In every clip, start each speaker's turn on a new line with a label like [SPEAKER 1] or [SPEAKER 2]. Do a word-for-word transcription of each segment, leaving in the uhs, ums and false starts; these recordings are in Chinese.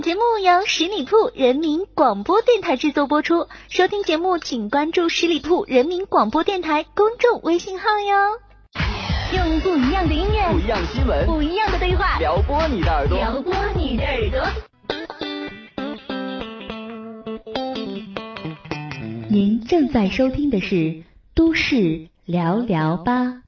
[SPEAKER 1] 节目由十里铺人民广播电台制作播出，收听节目请关注十里铺人民广播电台公众微信号哟。用不一样的音乐，
[SPEAKER 2] 不一样新闻，
[SPEAKER 1] 不一样的对话，
[SPEAKER 2] 撩拨你的耳朵，
[SPEAKER 1] 撩拨你的耳朵。您正在收听的是都市聊聊吧。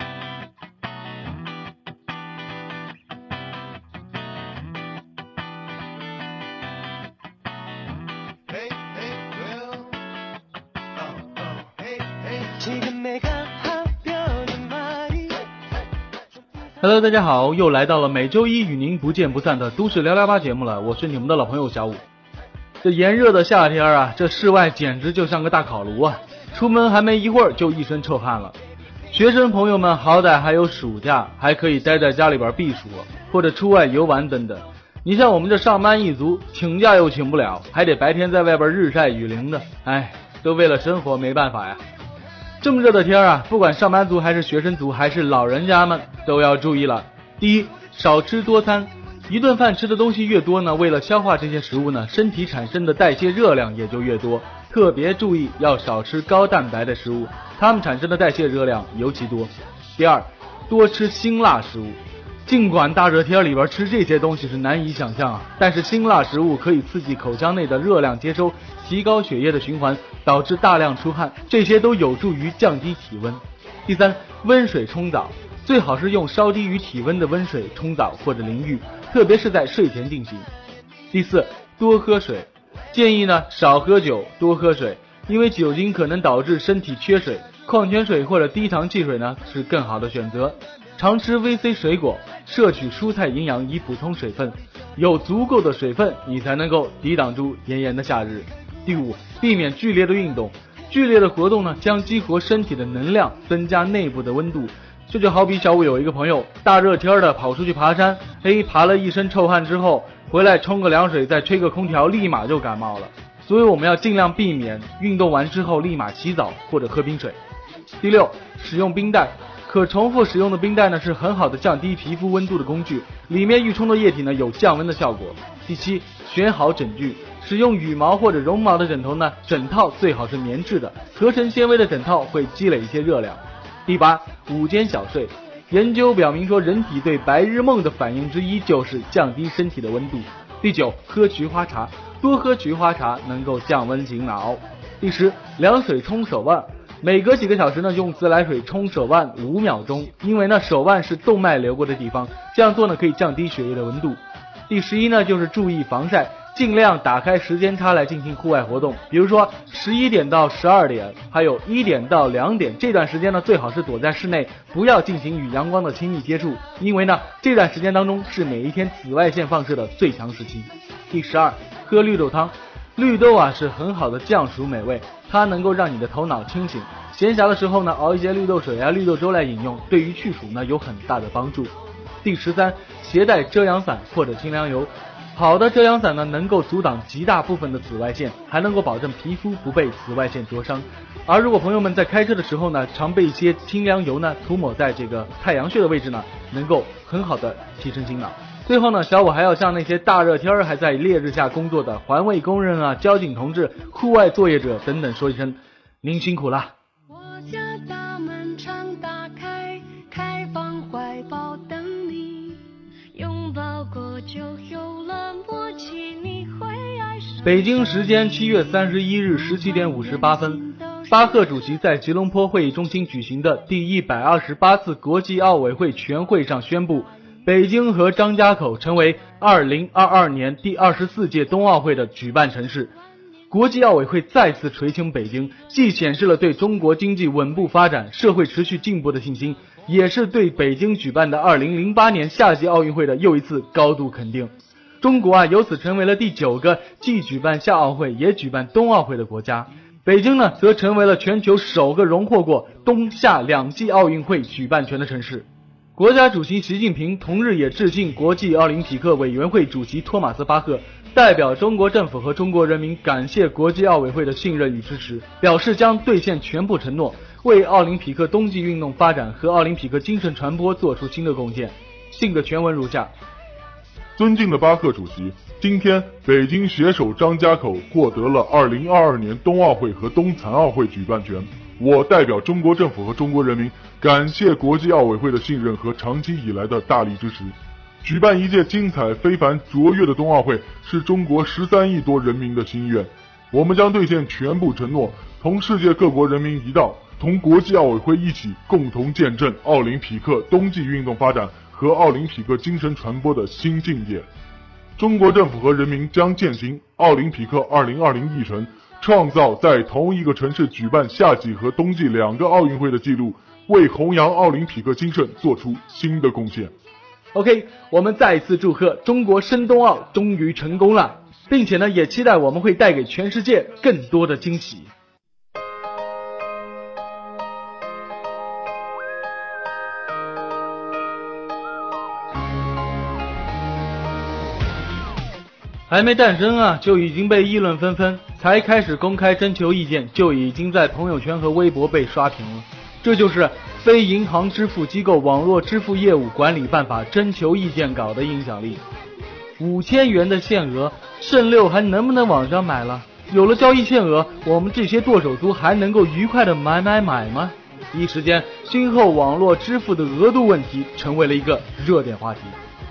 [SPEAKER 3] Hello， 大家好，又来到了每周一与您不见不散的都市聊聊吧节目了，我是你们的老朋友小五。这炎热的夏天啊，这室外简直就像个大烤炉啊，出门还没一会儿就一身臭汗了。学生朋友们好歹还有暑假，还可以待在家里边避暑或者出外游玩等等。你像我们这上班一族，请假又请不了，还得白天在外边日晒雨淋的，哎，都为了生活没办法呀。这么热的天啊，不管上班族还是学生族还是老人家们都要注意了。第一，少吃多餐。一顿饭吃的东西越多呢，为了消化这些食物呢，身体产生的代谢热量也就越多。特别注意要少吃高蛋白的食物，它们产生的代谢热量尤其多。第二，多吃辛辣食物。尽管大热天里边吃这些东西是难以想象啊，但是辛辣食物可以刺激口腔内的热量接收，提高血液的循环，导致大量出汗，这些都有助于降低体温。第三，温水冲澡，最好是用稍低于体温的温水冲澡或者淋浴，特别是在睡前进行。第四，多喝水，建议呢少喝酒，多喝水，因为酒精可能导致身体缺水，矿泉水或者低糖汽水呢是更好的选择。常吃 V C 水果，摄取蔬菜营养以补充水分，有足够的水分你才能够抵挡住炎炎的夏日。第五，避免剧烈的运动，剧烈的活动呢将激活身体的能量，增加内部的温度。这就好比小五有一个朋友大热天的跑出去爬山，嘿，爬了一身臭汗之后回来冲个凉水再吹个空调，立马就感冒了。所以我们要尽量避免运动完之后立马洗澡或者喝冰水。第六，使用冰袋，可重复使用的冰袋呢是很好的降低皮肤温度的工具，里面预充的液体呢有降温的效果。第七，选好枕具，使用羽毛或者绒毛的枕头呢，枕套最好是棉质的，合成纤维的枕套会积累一些热量。第八，午间小睡，研究表明说人体对白日梦的反应之一就是降低身体的温度。第九，喝菊花茶，多喝菊花茶能够降温醒脑。第十，凉水冲手腕，每隔几个小时呢用自来水冲手腕五秒钟，因为呢手腕是动脉流过的地方，这样做呢可以降低血液的温度。第十一呢就是注意防晒，尽量打开时间差来进行户外活动，比如说十一点到十二点，还有一点到两点，这段时间呢最好是躲在室内，不要进行与阳光的亲密接触，因为呢这段时间当中是每一天紫外线放射的最强时期。第十二，喝绿豆汤，绿豆啊是很好的降暑美味，它能够让你的头脑清醒，闲暇的时候呢熬一些绿豆水啊绿豆粥来饮用，对于去暑呢有很大的帮助。第十三，携带遮阳伞或者清凉油，好的遮阳伞呢能够阻挡极大部分的紫外线，还能够保证皮肤不被紫外线灼伤。而如果朋友们在开车的时候呢，常备一些清凉油呢涂抹在这个太阳穴的位置呢，能够很好的提升醒脑。最后呢，小五还要向那些大热天还在烈日下工作的环卫工人啊、交警同志、户外作业者等等说一声，您辛苦了。
[SPEAKER 4] 我家大门常打开，开放怀抱等你，拥抱过就有了默契，你会爱上。
[SPEAKER 3] 北京时间七月三十一日十七点五十八分，巴赫主席在吉隆坡会议中心举行的第一百二十八次国际奥委会全会上宣布，北京和张家口成为二零二二年第二十四届冬奥会的举办城市。国际奥委会再次垂青北京，既显示了对中国经济稳步发展、社会持续进步的信心，也是对北京举办的二零零八年夏季奥运会的又一次高度肯定。中国啊，由此成为了第九个既举办夏奥会也举办冬奥会的国家。北京呢，则成为了全球首个荣获过冬夏两季奥运会举办权的城市。国家主席习近平同日也致敬国际奥林匹克委员会主席托马斯·巴赫，代表中国政府和中国人民感谢国际奥委会的信任与支持，表示将兑现全部承诺，为奥林匹克冬季运动发展和奥林匹克精神传播做出新的贡献。信的全文如下：
[SPEAKER 2] 尊敬的巴赫主席，今天北京携手张家口获得了二零二二年冬奥会和冬残奥会举办权。我代表中国政府和中国人民感谢国际奥委会的信任和长期以来的大力支持。举办一届精彩非凡卓越的冬奥会是中国十三亿多人民的心愿，我们将兑现全部承诺，同世界各国人民一道，同国际奥委会一起共同见证奥林匹克冬季运动发展和奥林匹克精神传播的新境界。中国政府和人民将践行奥林匹克二零二零议程，创造在同一个城市举办夏季和冬季两个奥运会的记录，为弘扬奥林匹克精神做出新的贡献。
[SPEAKER 3] OK， 我们再次祝贺中国申冬奥终于成功了，并且呢，也期待我们会带给全世界更多的惊喜。还没诞生啊，就已经被议论纷纷，才开始公开征求意见，就已经在朋友圈和微博被刷屏了。这就是《非银行支付机构网络支付业务管理办法》征求意见稿的影响力。五千元的限额，剩六还能不能网上买了？有了交易限额，我们这些剁手族还能够愉快的买买买吗？一时间，今后网络支付的额度问题成为了一个热点话题。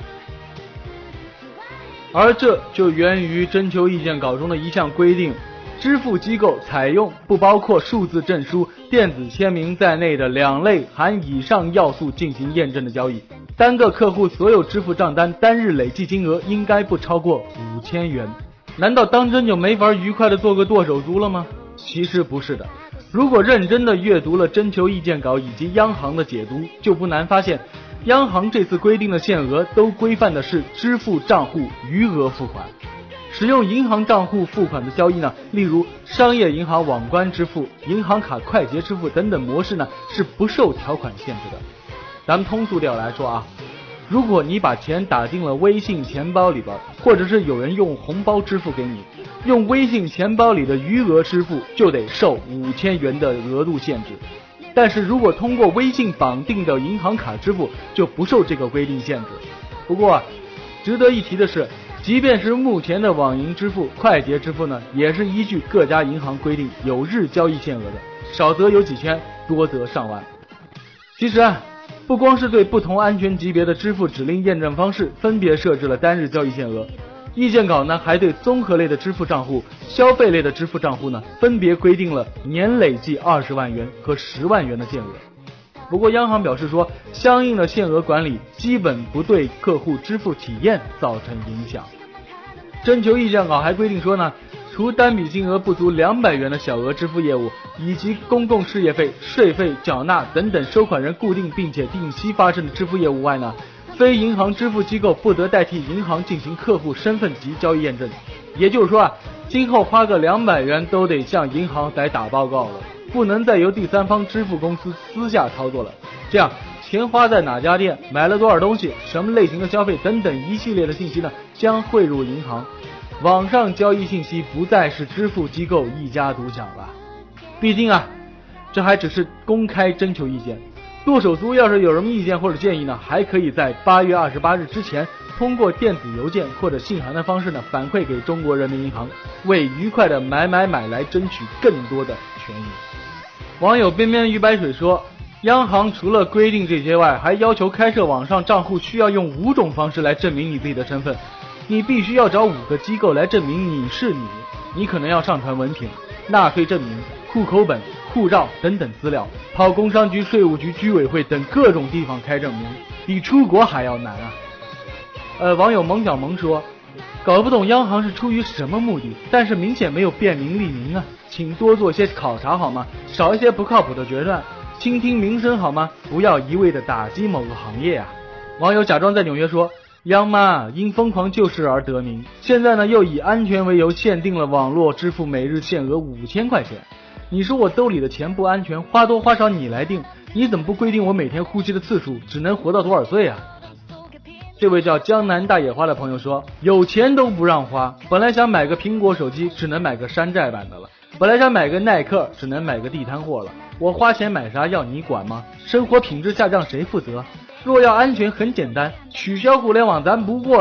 [SPEAKER 3] 而这就源于征求意见稿中的一项规定，支付机构采用不包括数字证书、电子签名在内的两类含以上要素进行验证的交易，单个客户所有支付账单单日累计金额应该不超过五千元。难道当真就没法愉快的做个剁手族了吗？其实不是的，如果认真的阅读了征求意见稿以及央行的解读，就不难发现央行这次规定的限额都规范的是支付账户余额付款。使用银行账户付款的交易呢，例如商业银行网关支付、银行卡快捷支付等等模式呢，是不受条款限制的。咱们通俗点来说啊，如果你把钱打进了微信钱包里边，或者是有人用红包支付给你，用微信钱包里的余额支付就得受五千元的额度限制。但是如果通过微信绑定的银行卡支付，就不受这个规定限制。不过啊，值得一提的是，即便是目前的网银支付、快捷支付呢，也是依据各家银行规定有日交易限额的，少则有几千，多则上万。其实啊，不光是对不同安全级别的支付指令验证方式分别设置了单日交易限额，意见稿呢还对综合类的支付账户、消费类的支付账户呢分别规定了年累计二十万元和十万元的限额。不过央行表示说，相应的限额管理基本不对客户支付体验造成影响。征求意见稿还规定说呢，除单笔金额不足两百元的小额支付业务，以及公共事业费、税费缴纳等等收款人固定并且定期发生的支付业务外呢，非银行支付机构不得代替银行进行客户身份级交易验证。也就是说啊，今后花个两百元都得向银行来打报告了，不能再由第三方支付公司私下操作了。这样钱花在哪家店、买了多少东西、什么类型的消费等等一系列的信息呢，将汇入银行。网上交易信息不再是支付机构一家独享了。毕竟啊，这还只是公开征求意见，剁手族要是有什么意见或者建议呢，还可以在八月二十八日之前通过电子邮件或者信函的方式呢反馈给中国人民银行，为愉快的买买买来争取更多的权益。网友边边鱼白水说，央行除了规定这些外，还要求开设网上账户需要用五种方式来证明你自己的身份，你必须要找五个机构来证明你是你，你可能要上传文凭、纳税证明、户口本、护照等等资料，跑工商局、税务局、居委会等各种地方开证明，比出国还要难啊。呃，网友萌小萌说，搞不懂央行是出于什么目的，但是明显没有便民利民啊，请多做些考察好吗？少一些不靠谱的决断，倾听民生好吗？不要一味的打击某个行业啊。网友假装在纽约说，央妈因疯狂救市而得名，现在呢又以安全为由限定了网络支付每日限额五千块钱。你说我兜里的钱不安全，花多花少你来定，你怎么不规定我每天呼吸的次数，只能活到多少岁啊？这位叫江南大野花的朋友说，有钱都不让花，本来想买个苹果手机，只能买个山寨版的了，本来想买个耐克，只能买个地摊货了，我花钱买啥要你管吗？生活品质下降谁负责？若要安全很简单，取消互联网咱不过了，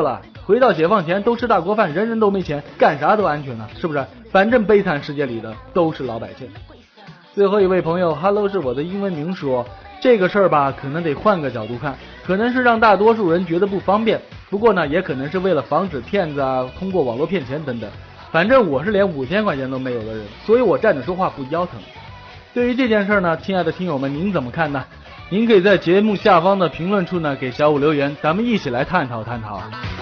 [SPEAKER 3] 回到解放前都吃大锅饭，人人都没钱，干啥都安全呢，是不是？反正悲惨世界里的都是老百姓。最后一位朋友 Hello 是我的英文名说，这个事儿吧可能得换个角度看，可能是让大多数人觉得不方便，不过呢也可能是为了防止骗子啊通过网络骗钱等等，反正我是连五千块钱都没有的人，所以我站着说话不腰疼。对于这件事呢，亲爱的听友们您怎么看呢？您可以在节目下方的评论处呢给小五留言，咱们一起来探讨探讨。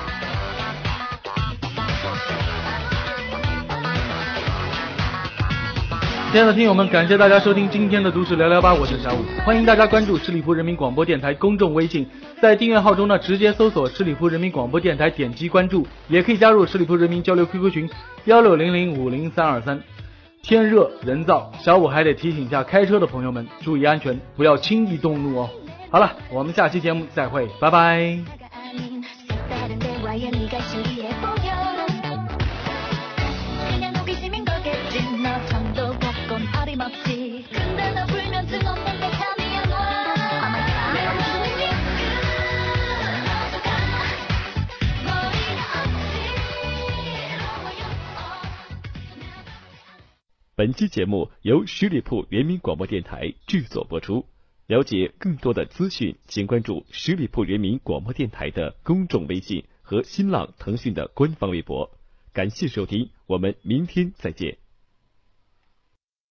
[SPEAKER 3] 亲爱的听友们，感谢大家收听今天的都市聊聊吧，我是小五，欢迎大家关注十里铺人民广播电台公众微信，在订阅号中呢直接搜索十里铺人民广播电台，点击关注，也可以加入十里铺人民交流 Q Q 群幺六零零五零三二三。天热人燥，小五还得提醒一下开车的朋友们注意安全，不要轻易动怒哦。好了，我们下期节目再会，拜拜。
[SPEAKER 5] 本期节目由十里铺人民广播电台制作播出。了解更多的资讯，请关注十里铺人民广播电台的公众微信和新浪、腾讯的官方微博。感谢收听，我们明天再见。